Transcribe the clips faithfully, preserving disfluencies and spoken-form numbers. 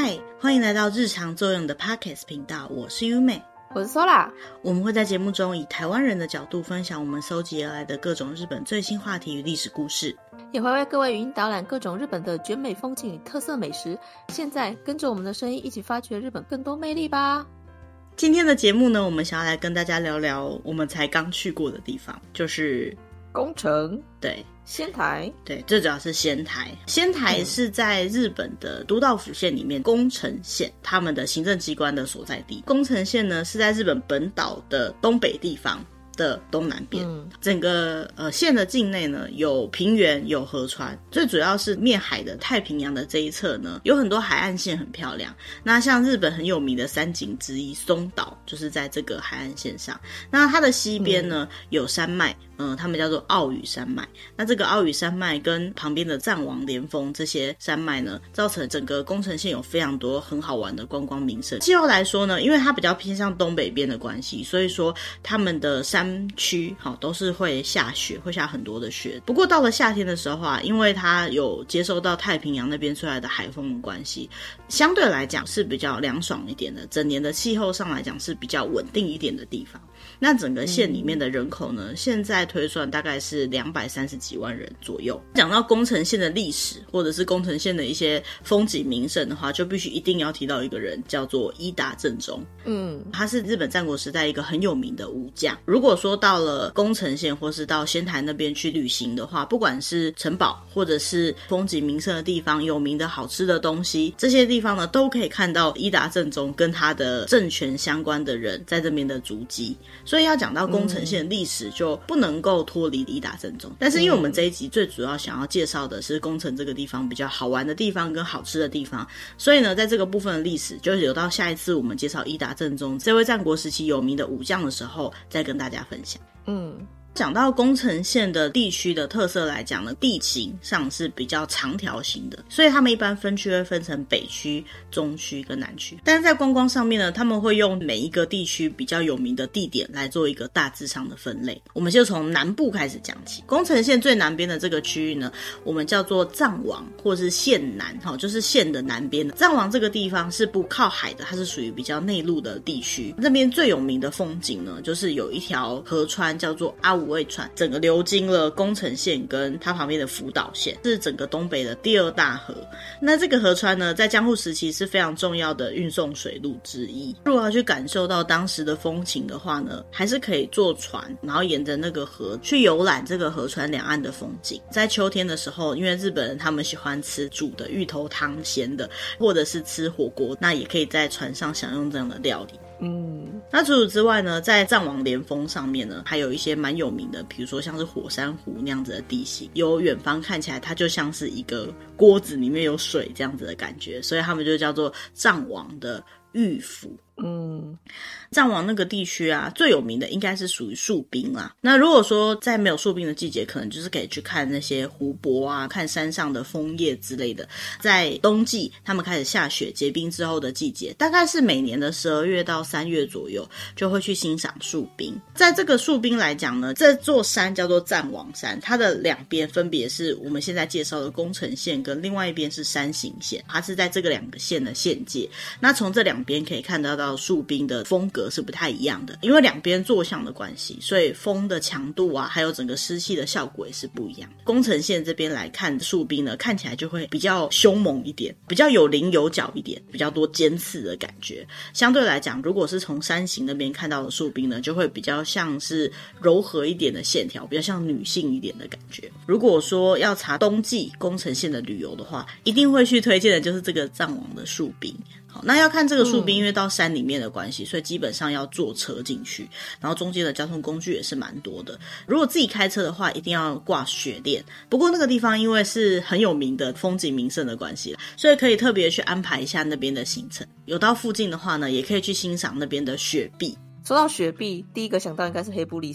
嗨，欢迎来到日常作用的 Podcast 频道，我是优美， 我是 Sola。 我们会在节目中以台湾人的角度分享我们搜集而来的各种日本最新话题与历史故事， 也会为各位语音导览各种日本的绝美风景与特色美食。现在跟着我们的声音一起发掘日本更多魅力吧。 今天的节目呢，我们想要来跟大家聊聊我们才刚去过的地方，就是宫城， 对， 仙台， 对，最主要是仙台。仙台是在日本的都道府县里面宫城县他们的行政机关的所在地。宫城县呢是在日本本岛的东北地方的东南边、嗯、整个呃县的境内呢有平原有河川，最主要是面海的太平洋的这一侧呢有很多海岸线很漂亮。那像日本很有名的三景之一松岛就是在这个海岸线上，那它的西边呢、嗯、有山脉，嗯，他们叫做奥羽山脉。那这个奥羽山脉跟旁边的藏王连峰这些山脉呢，造成整个宫城县有非常多很好玩的观光名胜。气候来说呢，因为它比较偏向东北边的关系，所以说他们的山区好都是会下雪，会下很多的雪。不过到了夏天的时候啊，因为它有接收到太平洋那边出来的海风的关系，相对来讲是比较凉爽一点的，整年的气候上来讲是比较稳定一点的地方。那整个县里面的人口呢、嗯、现在推算大概是两百三十几万人左右。讲到宫城县的历史或者是宫城县的一些风景名胜的话，就必须一定要提到一个人，叫做伊达政宗。嗯，他是日本战国时代一个很有名的武将。如果说到了宫城县或是到仙台那边去旅行的话，不管是城堡或者是风景名胜的地方，有名的好吃的东西，这些地方呢都可以看到伊达政宗跟他的政权相关的人在这边的足迹。所以要讲到宫城县历史就不能够脱离伊达政宗、嗯、但是因为我们这一集最主要想要介绍的是宫城这个地方比较好玩的地方跟好吃的地方，所以呢在这个部分的历史就留到下一次我们介绍伊达政宗这位战国时期有名的武将的时候再跟大家分享。嗯，讲到宫城县的地区的特色来讲呢，地形上是比较长条形的，所以他们一般分区会分成北区、中区跟南区。但是在观光上面呢，他们会用每一个地区比较有名的地点来做一个大致上的分类。我们就从南部开始讲起。宫城县最南边的这个区域呢，我们叫做藏王或是县南，就是县的南边的。藏王这个地方是不靠海的，它是属于比较内陆的地区。那边最有名的风景呢，就是有一条河川叫做阿武卫川，整个流经了宫城县跟它旁边的福岛县，是整个东北的第二大河。那这个河川呢，在江户时期是非常重要的运送水路之一。如果要去感受到当时的风情的话呢，还是可以坐船，然后沿着那个河去游览这个河川两岸的风景。在秋天的时候，因为日本人他们喜欢吃煮的芋头汤咸的，或者是吃火锅，那也可以在船上享用这样的料理。嗯，那除此之外呢，在藏王连峰上面呢，还有一些蛮有名的，比如说像是火山湖那样子的地形，由远方看起来它就像是一个锅子里面有水这样子的感觉，所以他们就叫做藏王的玉府。嗯，藏王那个地区啊，最有名的应该是属于树冰啦。那如果说在没有树冰的季节，可能就是可以去看那些湖泊啊，看山上的枫叶之类的。在冬季他们开始下雪结冰之后的季节，大概是每年的十二月到三月左右，就会去欣赏树冰。在这个树冰来讲呢，这座山叫做藏王山，它的两边分别是我们现在介绍的宫城县跟另外一边是山形县，它是在这个两个县的县界。那从这两边可以看得到到树冰的风格是不太一样的，因为两边坐向的关系，所以风的强度啊，还有整个湿气的效果也是不一样的。宫城县这边来看树冰呢，看起来就会比较凶猛一点，比较有棱有角一点，比较多尖刺的感觉。相对来讲，如果是从山形那边看到的树冰呢，就会比较像是柔和一点的线条，比较像女性一点的感觉。如果说要查冬季宫城县的旅游的话，一定会去推荐的就是这个藏王的树冰。好，那要看这个树冰，因为到山里面的关系、嗯、所以基本上要坐车进去，然后中间的交通工具也是蛮多的。如果自己开车的话，一定要挂雪链。不过那个地方因为是很有名的风景名胜的关系，所以可以特别去安排一下那边的行程。有到附近的话呢，也可以去欣赏那边的雪碧。 说到雪碧，第一个想到应该是黑布利森。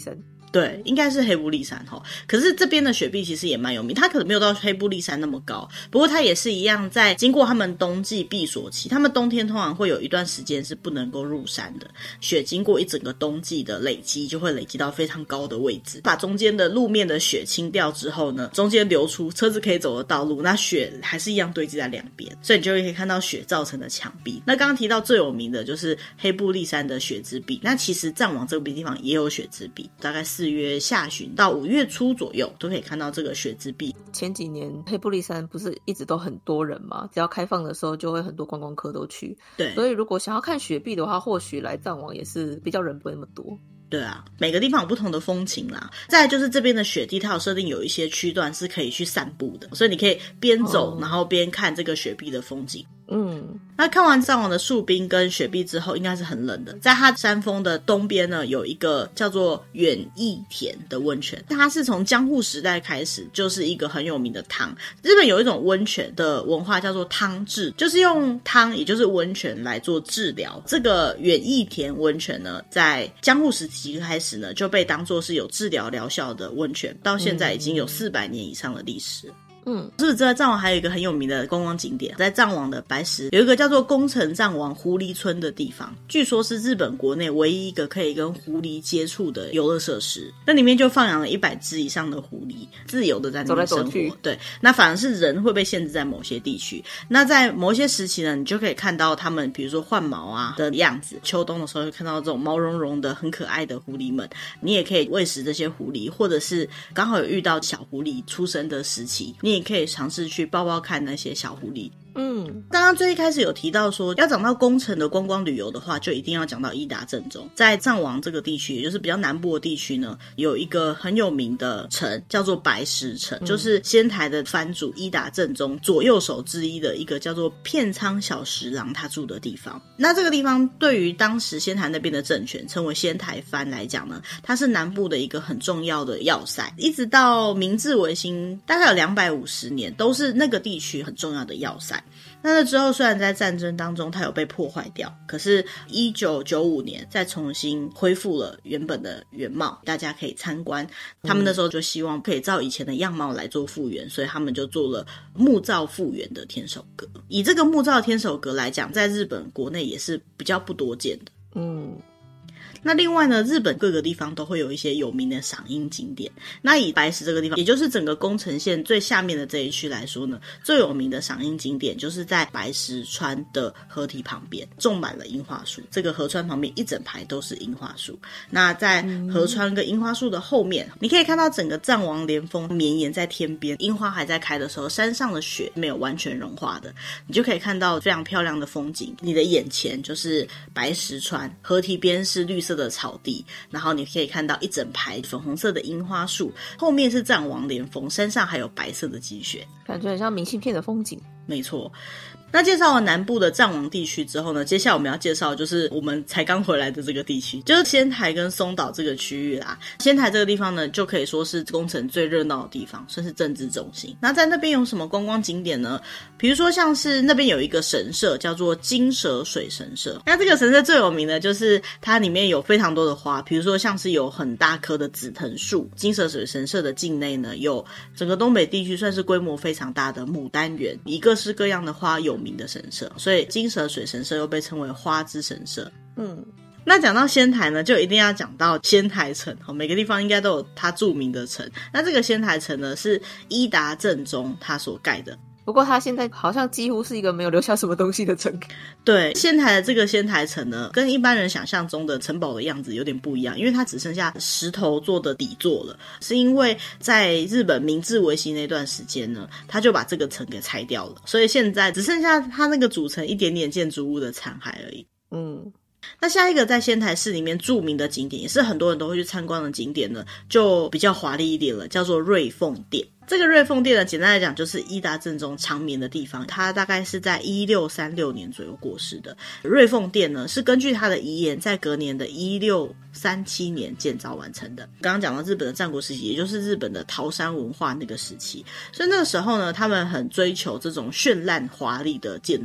对，应该是黑布利山齁。可是这边的雪碧其实也蛮有名，它可能没有到黑布利山那么高，不过它也是一样，在经过他们冬季闭锁期，他们冬天通常会有一段时间是不能够入山的，雪经过一整个冬季的累积，就会累积到非常高的位置，把中间的路面的雪清掉之后呢，中间流出车子可以走的道路，那雪还是一样堆积在两边，所以你就可以看到雪造成的墙壁。那刚刚提到最有名的就是黑布利山的雪之壁，那其实藏王这个地方也有雪之壁，大概四月下旬到五月初左右都可以看到这个雪之壁。 前几年黑布利山不是一直都很多人嘛，只要开放的时候就会很多观光客都去， 对， 所以如果想要看雪碧的话，或许来藏王也是比较人不会那么多。 对啊，每个地方有不同的风情啦。再来就是这边的雪地，它有设定有一些区段是可以去散步的，所以你可以边走、哦、然后边看这个雪碧的风景。嗯，那看完藏王的树冰跟雪碧之后，应该是很冷的。在它山峰的东边呢，有一个叫做远义田的温泉，它是从江户时代开始就是一个很有名的汤。日本有一种温泉的文化叫做汤治，就是用汤也就是温泉来做治疗。这个远义田温泉呢，在江户时期开始呢，就被当作是有治疗疗效的温泉，到现在已经有四百年以上的历史。嗯，是不是在藏王还有一个很有名的观光景点，在藏王的白石有一个叫做宫城藏王狐狸村的地方，据说是日本国内唯一一个可以跟狐狸接触的游乐设施。那里面就放养了一百只以上的狐狸，自由的在那边生活。走来走去。对，那反而是人会被限制在某些地区。那在某些时期呢，你就可以看到他们比如说换毛啊的样子，秋冬的时候会看到这种毛茸茸的很可爱的狐狸们，你也可以喂食这些狐狸，或者是刚好有遇到小狐狸出生的时期，你也可以尝试去抱抱看那些小狐狸。嗯，刚刚最一开始有提到说，要讲到宫城的观光旅游的话，就一定要讲到伊达政宗。在藏王这个地区，也就是比较南部的地区呢，有一个很有名的城叫做白石城、嗯、就是仙台的藩主伊达政宗左右手之一的一个叫做片仓小十郎他住的地方。那这个地方对于当时仙台那边的政权称为仙台藩来讲呢，它是南部的一个很重要的要塞，一直到明治维新大概有两百五十年都是那个地区很重要的要塞。那那之后虽然在战争当中它有被破坏掉，可是一九九五年再重新恢复了原本的原貌，大家可以参观。他们那时候就希望可以照以前的样貌来做复原，所以他们就做了木造复原的天守阁。以这个木造的天守阁来讲，在日本国内也是比较不多见的。嗯，那另外呢，日本各个地方都会有一些有名的赏樱景点。那以白石这个地方，也就是整个宫城县最下面的这一区来说呢，最有名的赏樱景点就是在白石川的河堤旁边种满了樱花树，这个河川旁边一整排都是樱花树。那在河川跟樱花树的后面、嗯、你可以看到整个藏王连峰绵延在天边，樱花还在开的时候，山上的雪没有完全融化的，你就可以看到非常漂亮的风景。你的眼前就是白石川，河堤边是绿色的草地，然后你可以看到一整排粉红色的樱花树，后面是藏王连峰，山上还有白色的积雪， 感觉很像明信片的风景。 没错。那介绍完南部的藏王地区之后呢，接下来我们要介绍就是我们才刚回来的这个地区，就是仙台跟松岛这个区域啦。仙台这个地方呢，就可以说是宫城最热闹的地方，算是政治中心。那在那边有什么观光景点呢？比如说像是那边有一个神社叫做金蛇水神社，那这个神社最有名的就是它里面有非常多的花，比如说像是有很大棵的紫藤树。金蛇水神社的境内呢，有整个东北地区算是规模非常大的牡丹园，以各式各样的花有名的神社，所以金蛇水神社又被称为花之神社。嗯，那讲到仙台呢，就一定要讲到仙台城，每个地方应该都有它著名的城。那这个仙台城呢，是伊达政宗他所盖的。 不过它现在好像几乎是一个没有留下什么东西的城。 对，仙台的这个仙台城呢，跟一般人想象中的城堡的样子有点不一样，因为它只剩下石头做的底座了。是因为在日本明治维新那段时间呢，他就把这个城给拆掉了，所以现在只剩下它那个主城一点点建筑物的残骸而已。嗯，那下一个在仙台市里面著名的景点，也是很多人都会去参观的景点呢，就比较华丽一点了，叫做瑞凤殿。这个瑞凤殿呢，简单来讲就是伊达政宗长眠的地方，他大概是在一六三六年左右过世的。瑞凤殿呢，是根据他的遗言在隔年的一六三七年建造完成的。刚刚讲到日本的战国时期，也就是日本的桃山文化那个时期，所以那个时候呢，他们很追求这种绚烂华丽的建筑。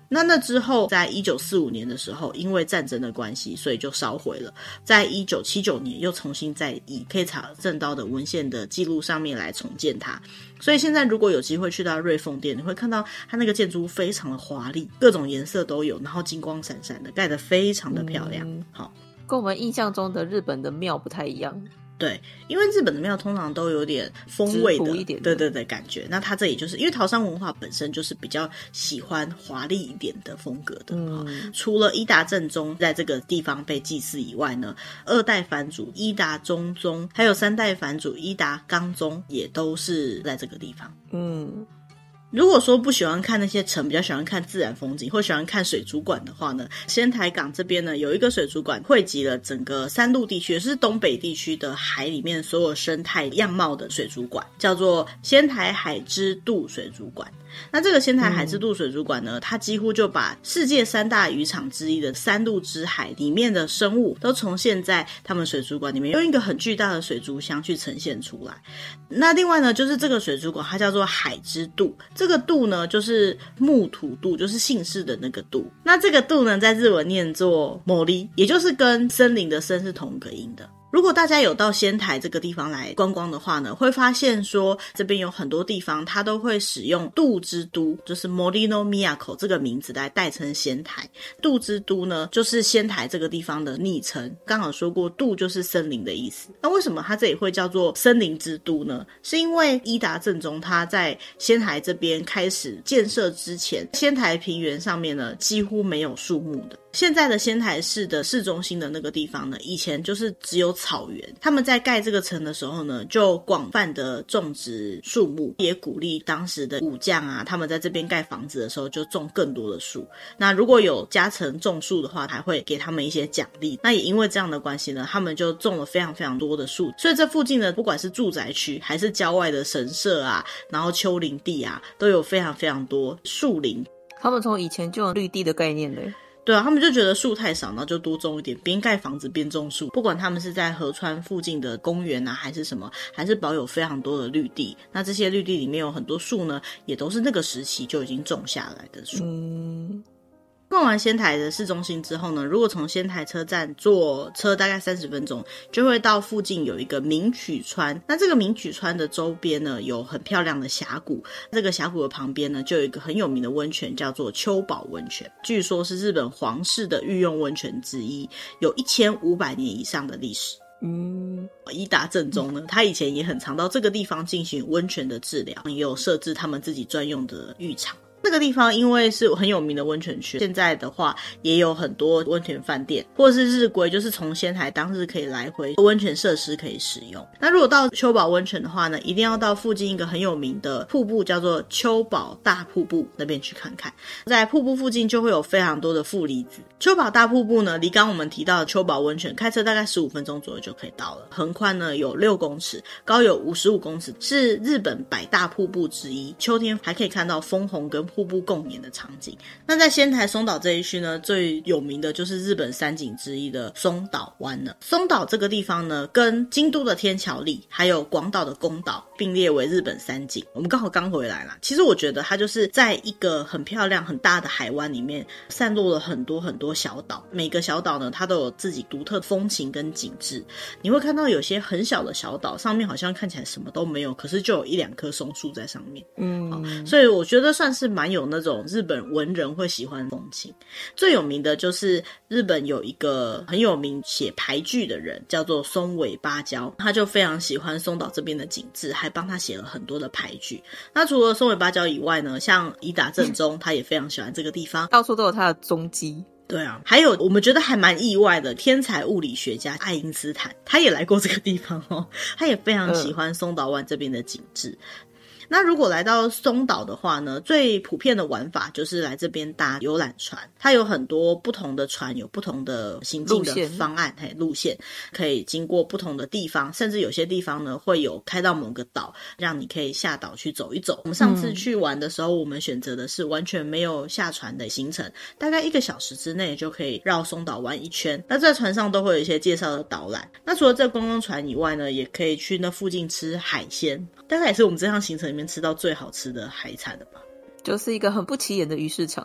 那那之后在一九四五年的时候，因为战争的关系，所以就烧毁了。在一九七九年又重新再以可以查证到的文献的记录上面来重建它。所以现在如果有机会去到瑞凤殿，你会看到它那个建筑物非常的华丽，各种颜色都有，然后金光闪闪的，盖得非常的漂亮。嗯、好， 跟我们印象中的日本的庙不太一样。 对，因为日本的庙通常都有点风味的， 质朴一点的， 对对对，感觉。那它这里就是因为桃山文化本身就是比较喜欢华丽一点的风格的。嗯，除了伊达政宗在这个地方被祭祀以外呢，二代藩主伊达中宗，还有三代藩主伊达纲宗也都是在这个地方。嗯。如果说不喜欢看那些城，比较喜欢看自然风景，或喜欢看水族馆的话呢，仙台港这边呢有一个水族馆，汇集了整个三陆地区，也是东北地区的海里面所有生态样貌的水族馆，叫做仙台海之渡水族馆。那这个仙台海之渡水族馆呢、嗯、它几乎就把世界三大渔场之一的三陆之海里面的生物都重现在他们水族馆里面，用一个很巨大的水族箱去呈现出来。那另外呢，就是这个水族馆它叫做海之渡，这个渡呢就是木土渡，就是姓氏的那个渡。那这个渡呢在日文念作モリ，也就是跟森林的森是同个音的。如果大家有到仙台这个地方来观光的话呢，会发现说这边有很多地方它都会使用渡之都，就是 Morino Miyako 这个名字来代称仙台。渡之都呢就是仙台这个地方的昵称，刚好说过渡就是森林的意思。那为什么它这里会叫做森林之都呢？是因为伊达政宗他在仙台这边开始建设之前，仙台平原上面呢几乎没有树木的。现在的仙台市的市中心的那个地方呢，以前就是只有草原。他们在盖这个城的时候呢，就广泛的种植树木，也鼓励当时的武将啊，他们在这边盖房子的时候就种更多的树。那如果有加成种树的话，还会给他们一些奖励。那也因为这样的关系呢，他们就种了非常非常多的树。所以这附近呢，不管是住宅区还是郊外的神社啊，然后丘陵地啊，都有非常非常多树林。 他们从以前就有绿地的概念了。 对啊，他们就觉得树太少，然后就多种一点，边盖房子边种树。不管他们是在河川附近的公园啊，还是什么，还是保有非常多的绿地。那这些绿地里面有很多树呢，也都是那个时期就已经种下来的树。嗯。逛完仙台的市中心之后呢，如果从仙台车站坐车大概三十分钟，就会到附近有一个明曲川。那这个明曲川的周边呢，有很漂亮的峡谷。这个峡谷的旁边呢，就有一个很有名的温泉，叫做秋保温泉，据说是日本皇室的御用温泉之一，有一千五百年以上的历史。嗯，伊达政宗呢，他以前也很常到这个地方进行温泉的治疗，也有设置他们自己专用的浴场。这个地方因为是很有名的温泉区，现在的话也有很多温泉饭店，或者是日归，就是从仙台当日可以来回温泉设施可以使用。那如果到秋保温泉的话呢，一定要到附近一个很有名的瀑布，叫做秋保大瀑布那边去看看。在瀑布附近就会有非常多的负离子。秋保大瀑布呢，离刚刚我们提到的秋保温泉开车大概十五分钟左右就可以到了，横宽呢有六公尺，高有五十五公尺，是日本百大瀑布之一。秋天还可以看到枫红跟瀑布共演的场景。那在仙台松岛这一区呢，最有名的就是日本三景之一的松岛湾了。松岛这个地方呢，跟京都的天桥立还有广岛的宫岛并列为日本三景。我们刚好刚回来啦，其实我觉得它就是在一个很漂亮很大的海湾里面散落了很多很多小岛，每个小岛呢它都有自己独特的风情跟景致。你会看到有些很小的小岛上面好像看起来什么都没有，可是就有一两棵松树在上面。嗯，所以我觉得算是蛮有那种日本文人会喜欢的风情。最有名的就是日本有一个很有名写俳句的人，叫做松尾芭蕉，他就非常喜欢松岛这边的景致，还帮他写了很多的俳句。那除了松尾芭蕉以外呢，像伊达政宗他也非常喜欢这个地方， 到处都有他的踪迹。 对啊，还有我们觉得还蛮意外的天才物理学家爱因斯坦，他也来过这个地方哦，他也非常喜欢松岛湾这边的景致。嗯，那如果来到松岛的话呢，最普遍的玩法就是来这边搭游览船，它有很多不同的船，有不同的行进的方案，嘿，路线可以经过不同的地方，甚至有些地方呢会有开到某个岛，让你可以下岛去走一走。我们上次去玩的时候，嗯，我们选择的是完全没有下船的行程，大概一个小时之内就可以绕松岛玩一圈。那在船上都会有一些介绍的导览。那除了这观光船以外呢，也可以去那附近吃海鲜，大概也是我们这趟行程里面吃到最好吃的海产的吧， 就是一个很不起眼的鱼市场。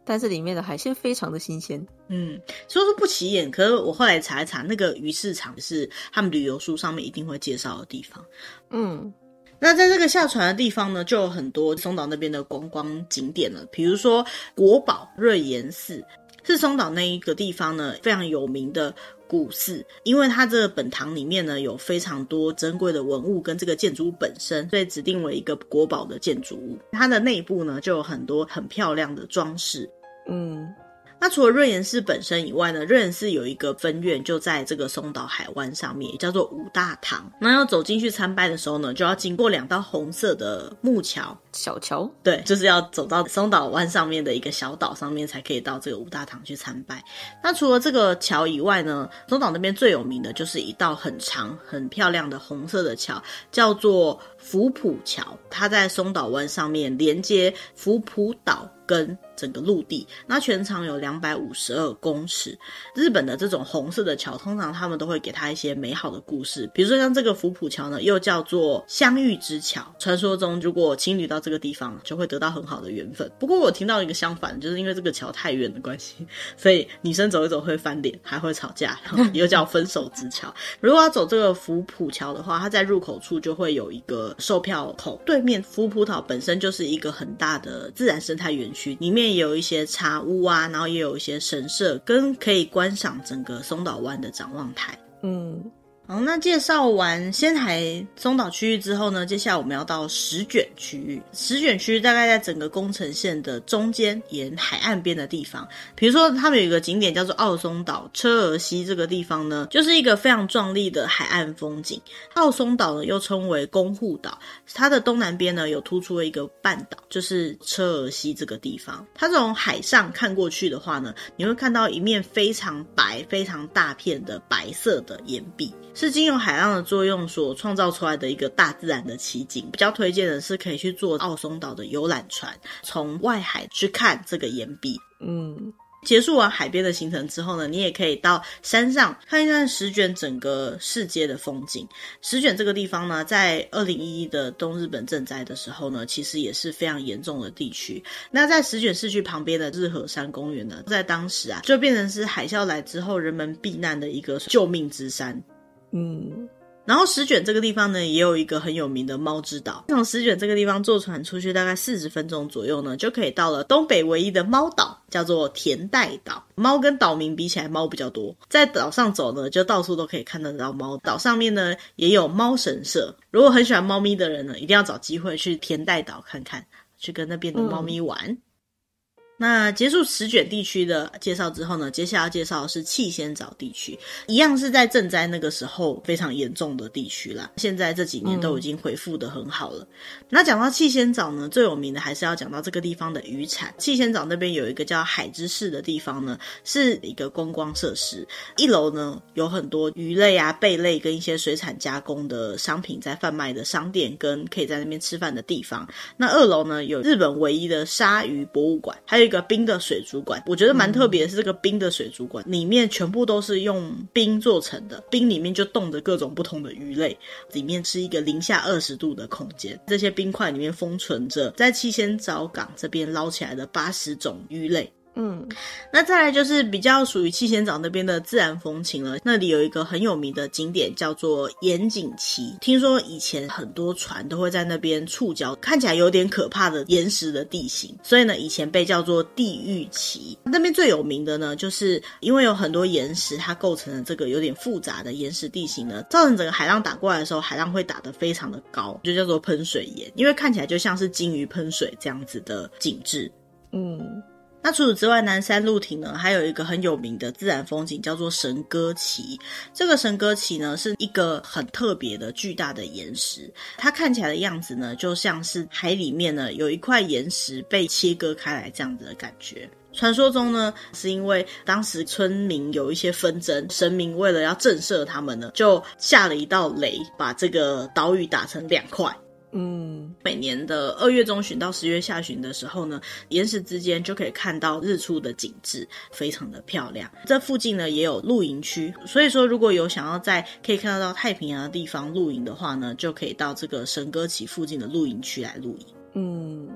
但是里面的海鲜非常的新鲜。 嗯，说是不起眼，可是我后来查一查，那个鱼市场是他们旅游书上面一定会介绍的地方。 嗯， 那在这个下船的地方呢，就有很多松岛那边的观光景点了，比如说国宝瑞岩寺，是松岛那一个地方呢非常有名的古寺，因为它这个本堂里面呢有非常多珍贵的文物跟这个建筑物本身，所以指定为一个国宝的建筑物。它的内部呢就有很多很漂亮的装饰。 嗯， 那除了瑞岩寺本身以外呢，瑞岩寺有一个分院就在这个松岛海湾上面，也叫做五大堂。那要走进去参拜的时候呢，就要经过两道红色的木桥， 小桥， 对，就是要走到松岛湾上面的一个小岛上面才可以到这个五大堂去参拜。那除了这个桥以外呢，松岛那边最有名的就是一道很长很漂亮的红色的桥，叫做福浦桥。它在松岛湾上面连接福浦岛跟整个陆地，那全长有两百五十二公尺。日本的这种红色的桥，通常他们都会给它一些美好的故事，比如说像这个福浦桥呢，又叫做相遇之桥。传说中，如果情侣到这个地方，就会得到很好的缘分。不过我听到一个相反，就是因为这个桥太远的关系，所以女生走一走会翻脸，还会吵架，又叫分手之桥。如果要走这个福浦桥的话，它在入口处就会有一个售票口，对面福浦岛本身就是一个很大的自然生态园区，里面也有一些茶屋啊，然后也有一些神社，跟可以观赏整个松岛湾的展望台。 嗯， 好，那介绍完仙台松岛区域之后呢，接下来我们要到石卷区域。石卷区域大概在整个宫城县的中间，沿海岸边的地方。比如说他们有一个景点叫做奥松岛车儿溪，这个地方呢就是一个非常壮丽的海岸风景。奥松岛呢又称为宫户岛，它的东南边呢有突出了一个半岛，就是车儿溪这个地方。它从海上看过去的话呢，你会看到一面非常白非常大片的白色的岩壁，是经由海浪的作用所创造出来的一个大自然的奇景。比较推荐的是可以去坐奥松岛的游览船，从外海去看这个岩壁。 嗯， 结束完海边的行程之后呢，你也可以到山上看一看石卷整个世界的风景。石卷这个地方呢，在二零一一的东日本震灾的时候呢，其实也是非常严重的地区。那在石卷市区旁边的日和山公园呢，在当时啊，就变成是海啸来之后人们避难的一个救命之山。 嗯， 然后石卷这个地方呢，也有一个很有名的猫之岛。从石卷这个地方坐船出去大概四十分钟左右呢，就可以到了东北唯一的猫岛，叫做田代岛。猫跟岛民比起来，猫比较多。在岛上走呢，就到处都可以看得到猫。岛上面呢，也有猫神社。如果很喜欢猫咪的人呢，一定要找机会去田代岛看看，去跟那边的猫咪玩。嗯，那结束石卷地区的介绍之后呢，接下来要介绍的是气仙沼地区，一样是在震灾那个时候非常严重的地区啦，现在这几年都已经恢复得很好了。嗯，那讲到气仙沼呢，最有名的还是要讲到这个地方的渔产。气仙沼那边有一个叫海之市的地方呢，是一个观光设施，一楼呢有很多鱼类啊、贝类跟一些水产加工的商品在贩卖的商店跟可以在那边吃饭的地方。那二楼呢有日本唯一的鲨鱼博物馆，还有一个冰的水族馆。我觉得蛮特别的是这个冰的水族馆，里面全部都是用冰做成的，冰里面就冻着各种不同的鱼类，里面是一个零下二十度的空间，这些冰块里面封存着在气仙沼港这边捞起来的八十种鱼类。 嗯， 那再来就是比较属于气仙沼那边的自然风情了。那里有一个很有名的景点叫做岩井崎，听说以前很多船都会在那边触礁，看起来有点可怕的岩石的地形，所以呢以前被叫做地狱崎。那边最有名的呢，就是因为有很多岩石，它构成了这个有点复杂的岩石地形呢，造成整个海浪打过来的时候，海浪会打得非常的高，就叫做喷水岩，因为看起来就像是鲸鱼喷水这样子的景致。 嗯， 那除此之外，南山路町呢还有一个很有名的自然风景叫做神歌崎。这个神歌崎呢是一个很特别的巨大的岩石，它看起来的样子呢就像是海里面呢有一块岩石被切割开来这样子的感觉。传说中呢，是因为当时村民有一些纷争，神明为了要震慑他们呢，就下了一道雷，把这个岛屿打成两块。 嗯， 每年的二月中旬到十月下旬的时候呢，岩石之间就可以看到日出的景致，非常的漂亮。这附近呢也有露营区，所以说如果有想要在可以看得到太平洋的地方露营的话呢，就可以到这个神歌崎附近的露营区来露营。 嗯，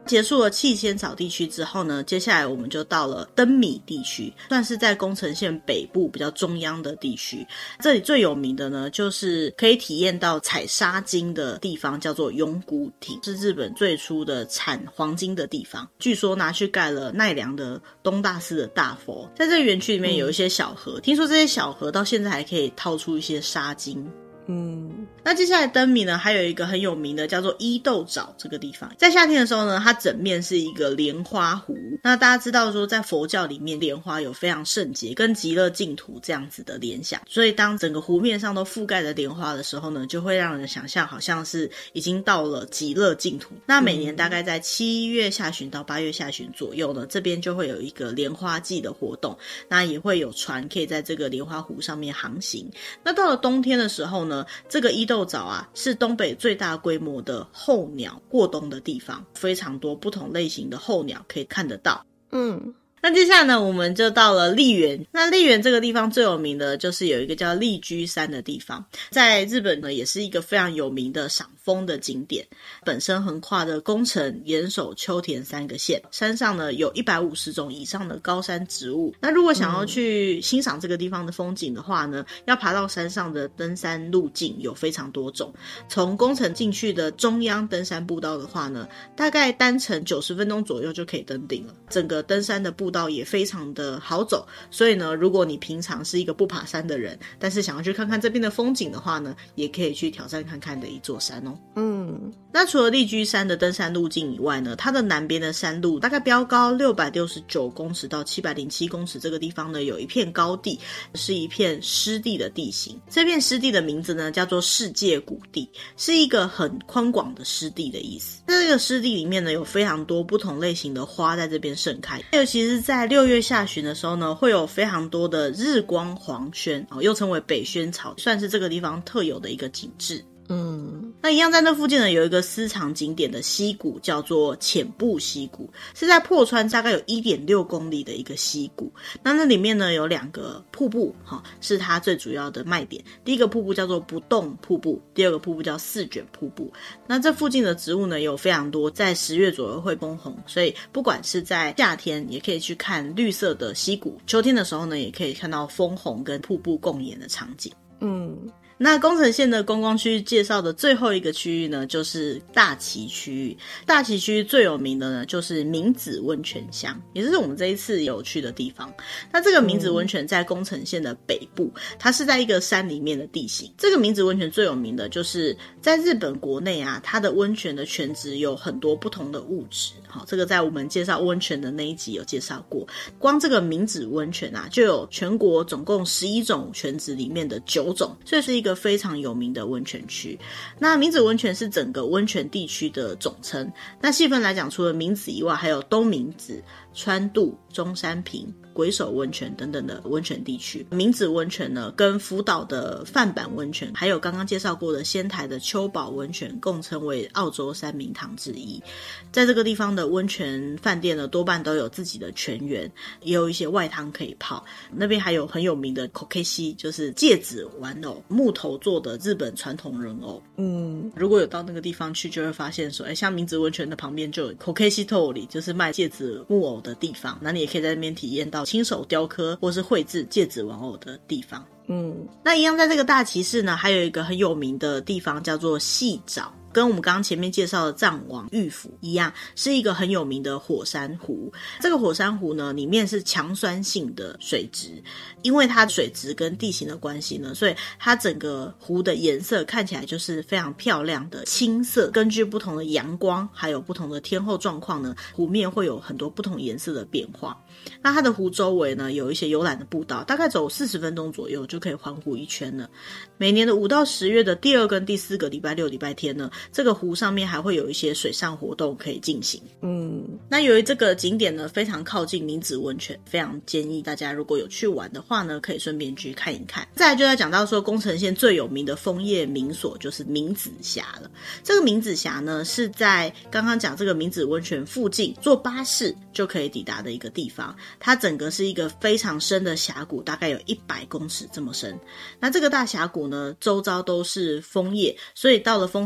结束了气仙草地区之后呢，接下来我们就到了灯米地区，算是在宫城县北部比较中央的地区。这里最有名的呢，就是可以体验到采沙金的地方，叫做永谷町，是日本最初的产黄金的地方。据说拿去盖了奈良的东大寺的大佛。在这个园区里面有一些小河、嗯、听说这些小河到现在还可以掏出一些沙金。嗯，那接下来灯谜呢，还有一个很有名的叫做伊豆沼这个地方，在夏天的时候呢，它整面是一个莲花湖。那大家知道说，在佛教里面，莲花有非常圣洁跟极乐净土这样子的联想，所以当整个湖面上都覆盖着莲花的时候呢，就会让人想象好像是已经到了极乐净土。那每年大概在七月下旬到八月下旬左右呢，这边就会有一个莲花季的活动，那也会有船可以在这个莲花湖上面航行。那到了冬天的时候呢，这个伊豆沼啊，是东北最大规模的候鸟过冬的地方，非常多不同类型的候鸟可以看得到。嗯，那接下来呢，我们就到了丽园。那丽园这个地方最有名的就是有一个叫丽居山的地方，在日本呢也是一个非常有名的赏枫的景点，本身横跨的宫城、岩手、秋田三个县，山上呢有一百五十种以上的高山植物。那如果想要去欣赏这个地方的风景的话呢，嗯、要爬到山上的登山路径有非常多种。从宫城进去的中央登山步道的话呢，大概单程九十分钟左右就可以登顶了。整个登山的步道也非常的好走，所以呢，如果你平常是一个不爬山的人，但是想要去看看这边的风景的话呢，也可以去挑战看看的一座山哦。嗯，那除了丽居山的登山路径以外呢，它的南边的山路大概标高六百六十九公尺到七百零七公尺，这个地方呢有一片高地，是一片湿地的地形。这片湿地的名字呢叫做世界谷地，是一个很宽广的湿地的意思。在这个湿地里面呢，有非常多不同类型的花在这边盛开，尤其是在六月下旬的时候呢，会有非常多的日光黄萱，又称为北萱草，算是这个地方特有的一个景致。嗯，那一样在那附近呢，有一个私藏景点的溪谷，叫做浅部溪谷，是在破川大概有 一点六公里的一个溪谷。那那里面呢有两个瀑布，是它最主要的卖点。第一个瀑布叫做不动瀑布，第二个瀑布叫四卷瀑布。那这附近的植物呢有非常多，在十月左右会枫红，所以不管是在夏天也可以去看绿色的溪谷，秋天的时候呢也可以看到枫红跟瀑布共演的场景。嗯，那宫城县的观光区介绍的最后一个区域呢，就是大崎区域。大崎区最有名的呢，就是明子温泉乡，也就是我们这一次有去的地方。那这个明子温泉在宫城县的北部，它是在一个山里面的地形。这个明子温泉最有名的就是在日本国内啊，它的温泉的泉质有很多不同的物质。好，这个在我们介绍温泉的那一集有介绍过。光这个明子温泉啊，就有全国总共十一种泉质里面的九种，所以是一个非常有名的温泉区。那明子温泉是整个温泉地区的总称。那细分来讲，除了明子以外，还有东明子、川渡、中山平、鬼手温泉等等的温泉地区。明子温泉呢，跟福岛的范坂温泉，还有刚刚介绍过的仙台的秋保温泉，共称为澳洲三名堂之一。在这个地方的温泉饭店呢，多半都有自己的泉源，也有一些外汤可以泡。那边还有很有名的 kokeshi， 就是芥子玩偶，木头做的日本传统人偶。嗯，如果有到那个地方去，就会发现说，哎，像明子温泉的旁边就有 kokeshi tori， 就是卖芥子木偶的地方，那你也可以在那边体验到亲手雕刻或是绘制芥子玩偶的地方。嗯，那一样在这个大崎市呢，还有一个很有名的地方叫做细沼，跟我们刚刚前面介绍的藏王玉府一样，是一个很有名的火山湖。这个火山湖呢，里面是强酸性的水质，因为它水质跟地形的关系呢，所以它整个湖的颜色看起来就是非常漂亮的青色。根据不同的阳光还有不同的天候状况呢，湖面会有很多不同颜色的变化。那它的湖周围呢，有一些游览的步道，大概走四十分钟左右就可以环湖一圈了。每年的五到十月的第二跟第四个礼拜六礼拜天呢，这个湖上面还会有一些水上活动可以进行。嗯，那由于这个景点呢非常靠近明子温泉，非常建议大家如果有去玩的话呢，可以顺便去看一看。再来就要讲到说宫城县最有名的枫叶名所就是明子峡了。这个明子峡呢是在刚刚讲这个明子温泉附近，坐巴士就可以抵达的一个地方。它整个是一个非常深的峡谷，大概有一百公尺这么深。那这个大峡谷呢周遭都是枫叶，所以到了枫红季节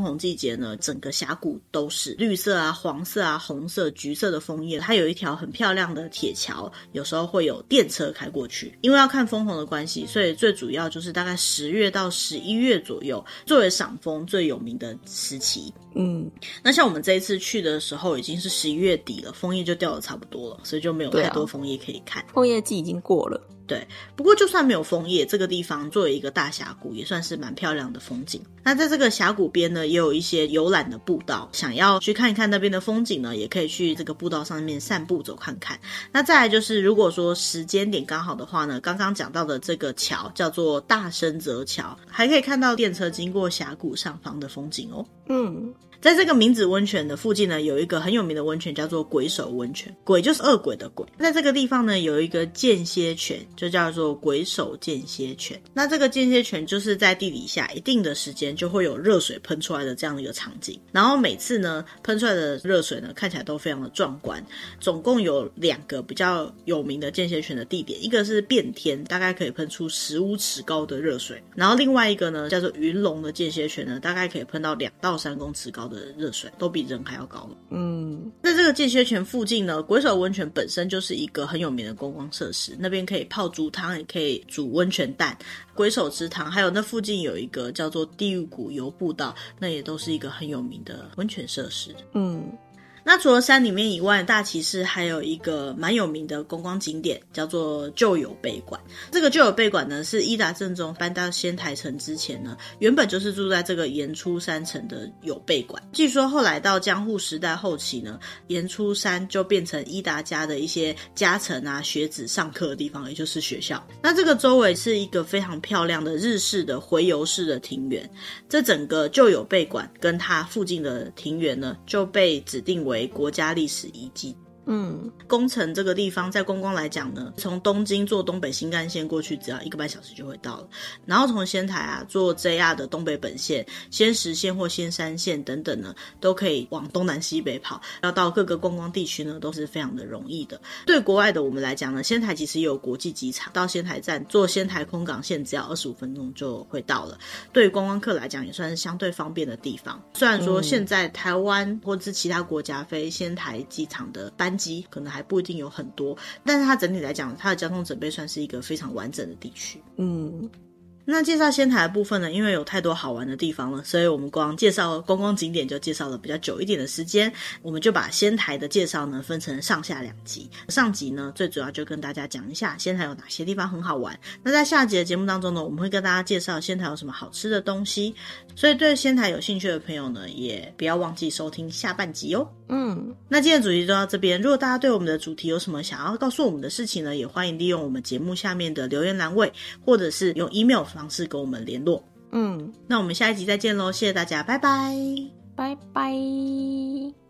节呢，整个峡谷都是绿色啊、黄色啊、红色、橘色的枫叶，它有一条很漂亮的铁桥，有时候会有电车开过去。因为要看枫红的关系，所以最主要就是大概十月到十一月左右作为赏枫最有名的时期。 嗯， 那像我们这一次去的时候已经是十一月底了，枫叶就掉得差不多了，所以就没有太多枫叶可以看。 枫叶季已经过了。 对，不过就算没有枫叶，这个地方作为一个大峡谷也算是蛮漂亮的风景。那在这个峡谷边呢，也有一些游览的步道，想要去看一看那边的风景呢，也可以去这个步道上面散步走看看。那再来就是如果说时间点刚好的话呢，刚刚讲到的这个桥叫做大深泽桥，还可以看到电车经过峡谷上方的风景哦。 嗯， 在这个明子温泉的附近呢，有一个很有名的温泉叫做鬼手温泉，鬼就是恶鬼的鬼。在这个地方呢，有一个间歇泉，就叫做鬼手间歇泉。那这个间歇泉就是在地底下一定的时间就会有热水喷出来的这样的一个场景，然后每次呢喷出来的热水呢看起来都非常的壮观。总共有两个比较有名的间歇泉的地点，一个是变天，大概可以喷出十五尺高的热水，然后另外一个呢叫做云龙的间歇泉呢，大概可以喷到两到三公尺高的热水，都比人还要高。 嗯， 在这个间歇泉附近呢，鬼手温泉本身就是一个很有名的观光设施，那边可以泡猪汤，也可以煮温泉蛋、鬼手之汤，还有那附近有一个叫做地狱谷游步道，那也都是一个很有名的温泉设施。 嗯， 那除了山里面以外，大崎市还有一个蛮有名的观光景点叫做旧友备馆。这个旧友备馆呢，是伊达政宗搬到仙台城之前呢，原本就是住在这个岩出山城的友备馆。据说后来到江户时代后期呢，岩出山就变成伊达家的一些家臣啊、学子上课的地方，也就是学校。那这个周围是一个非常漂亮的日式的回游式的庭园，这整个旧友备馆跟它附近的庭园呢，就被指定为为国家历史遗迹。 嗯， 宫城这个地方在观光来讲呢，从东京坐东北新干线过去只要一个半小时就会到了，然后从仙台啊坐 J R 的东北本线、仙石线或仙山线等等呢，都可以往东南西北跑，要到各个观光地区呢都是非常的容易的。对国外的我们来讲呢，仙台其实也有国际机场，到仙台站坐仙台空港线只要二十五分钟就会到了，对于观光客来讲也算是相对方便的地方。虽然说现在台湾或者是其他国家飞仙台机场的班机可能还不一定有很多，但是它整体来讲，它的交通准备算是一个非常完整的地区。 嗯， 那介绍仙台的部分呢，因为有太多好玩的地方了，所以我们光介绍观光景点就介绍了比较久一点的时间，我们就把仙台的介绍呢分成上下两集。上集呢最主要就跟大家讲一下仙台有哪些地方很好玩，那在下集的节目当中呢，我们会跟大家介绍仙台有什么好吃的东西，所以对仙台有兴趣的朋友呢，也不要忘记收听下半集哦。 嗯， 那今天的主题就到这边，如果大家对我们的主题有什么想要告诉我们的事情呢，也欢迎利用我们节目下面的留言栏位，或者是用 email 方式跟我们联络。 嗯， 那我们下一集再见咯，谢谢大家，拜拜， 拜拜。